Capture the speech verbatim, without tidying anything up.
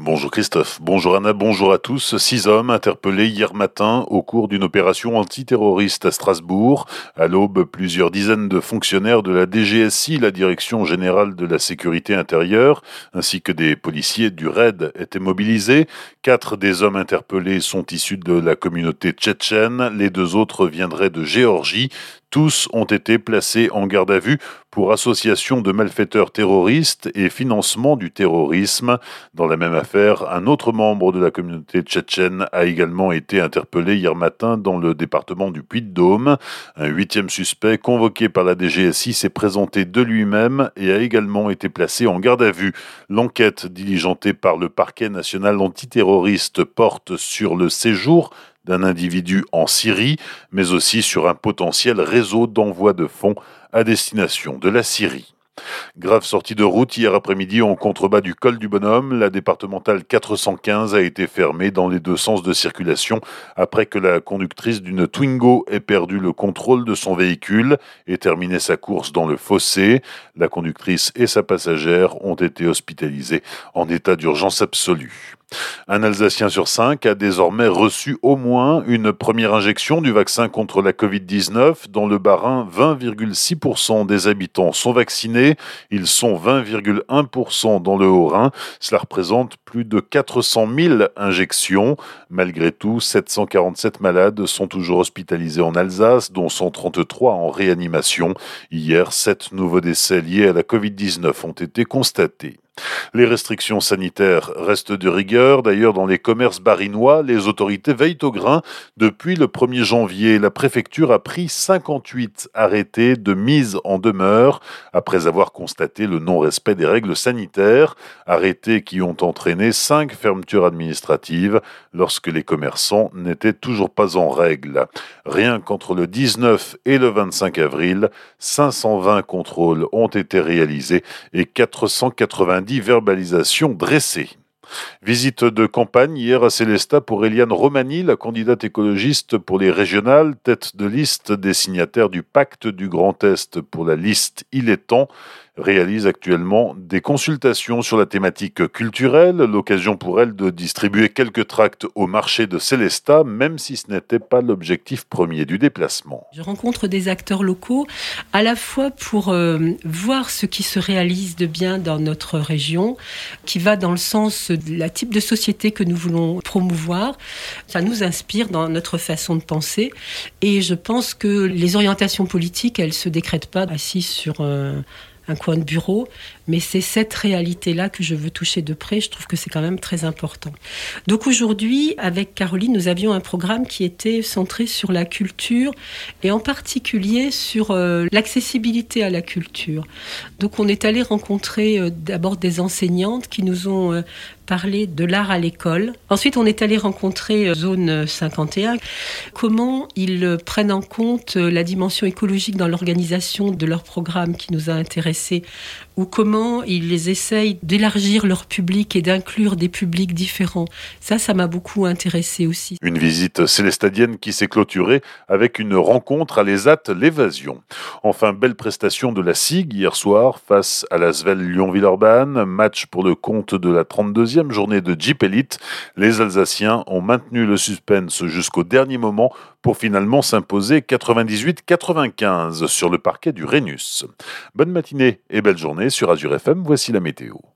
Bonjour Christophe, bonjour Anna, bonjour à tous. Six hommes interpellés hier matin au cours d'une opération antiterroriste à Strasbourg. À l'aube, plusieurs dizaines de fonctionnaires de la D G S I, la Direction Générale de la Sécurité Intérieure, ainsi que des policiers du R A I D étaient mobilisés. Quatre des hommes interpellés sont issus de la communauté tchétchène, les deux autres viendraient de Géorgie. Tous ont été placés en garde à vue pour association de malfaiteurs terroristes et financement du terrorisme. Dans la même affaire, un autre membre de la communauté tchétchène a également été interpellé hier matin dans le département du Puy-de-Dôme. Un huitième suspect convoqué par la D G S I s'est présenté de lui-même et a également été placé en garde à vue. L'enquête diligentée par le parquet national antiterroriste porte sur le séjour d'un individu en Syrie, mais aussi sur un potentiel réseau d'envoi de fonds à destination de la Syrie. Grave sortie de route hier après-midi en contrebas du col du Bonhomme. La départementale quatre cent quinze a été fermée dans les deux sens de circulation après que la conductrice d'une Twingo ait perdu le contrôle de son véhicule et terminé sa course dans le fossé. La conductrice et sa passagère ont été hospitalisées en état d'urgence absolue. Un Alsacien sur cinq a désormais reçu au moins une première injection du vaccin contre la covid dix-neuf. Dans le Bas-Rhin, vingt virgule six pour cent des habitants sont vaccinés. Ils sont vingt virgule un pour cent dans le Haut-Rhin. Cela représente plus de quatre cent mille injections. Malgré tout, sept cent quarante-sept malades sont toujours hospitalisés en Alsace, dont cent trente-trois en réanimation. Hier, sept nouveaux décès liés à la covid dix-neuf ont été constatés. Les restrictions sanitaires restent de rigueur. D'ailleurs, dans les commerces barinois, les autorités veillent au grain. Depuis le premier janvier, la préfecture a pris cinquante-huit arrêtés de mise en demeure après avoir constaté le non-respect des règles sanitaires. Arrêtés qui ont entraîné cinq fermetures administratives lorsque les commerçants n'étaient toujours pas en règle. Rien qu'entre le dix-neuf et le vingt-cinq avril, cinq cent vingt contrôles ont été réalisés et quatre cent quatre-vingt-dix verbalisations dressées. Visite de campagne hier à Sélestat pour Eliane Romani, la candidate écologiste pour les régionales, tête de liste des signataires du pacte du Grand Est pour la liste Il est temps, réalise actuellement des consultations sur la thématique culturelle, l'occasion pour elle de distribuer quelques tracts au marché de Sélestat, même si ce n'était pas l'objectif premier du déplacement. Je rencontre des acteurs locaux à la fois pour euh, voir ce qui se réalise de bien dans notre région, qui va dans le sens de la type de société que nous voulons promouvoir. Ça nous inspire dans notre façon de penser et je pense que les orientations politiques, elles ne se décrètent pas assises sur euh, un coin de bureau, mais c'est cette réalité-là que je veux toucher de près. Je trouve que c'est quand même très important. Donc aujourd'hui, avec Caroline, nous avions un programme qui était centré sur la culture et en particulier sur euh, l'accessibilité à la culture. Donc on est allé rencontrer euh, d'abord des enseignantes qui nous ont euh, parlé de l'art à l'école. Ensuite, on est allé rencontrer euh, Zone cinquante et un. Comment ils euh, prennent en compte euh, la dimension écologique dans l'organisation de leur programme qui nous a intéressés, ou comment ils les essayent d'élargir leur public et d'inclure des publics différents. Ça, ça m'a beaucoup intéressée aussi. Une visite célestadienne qui s'est clôturée avec une rencontre à l'ESAT L'Évasion. Enfin, belle prestation de la S I G hier soir face à la Svel Lyon-Villeurbanne. Match pour le compte de la trente-deuxième journée de Jeep Elite. Les Alsaciens ont maintenu le suspense jusqu'au dernier moment pour finalement s'imposer quatre-vingt-dix-huit quatre-vingt-quinze sur le parquet du Rhenus. Bonne matinée et belle journée sur Azure F M, voici la météo.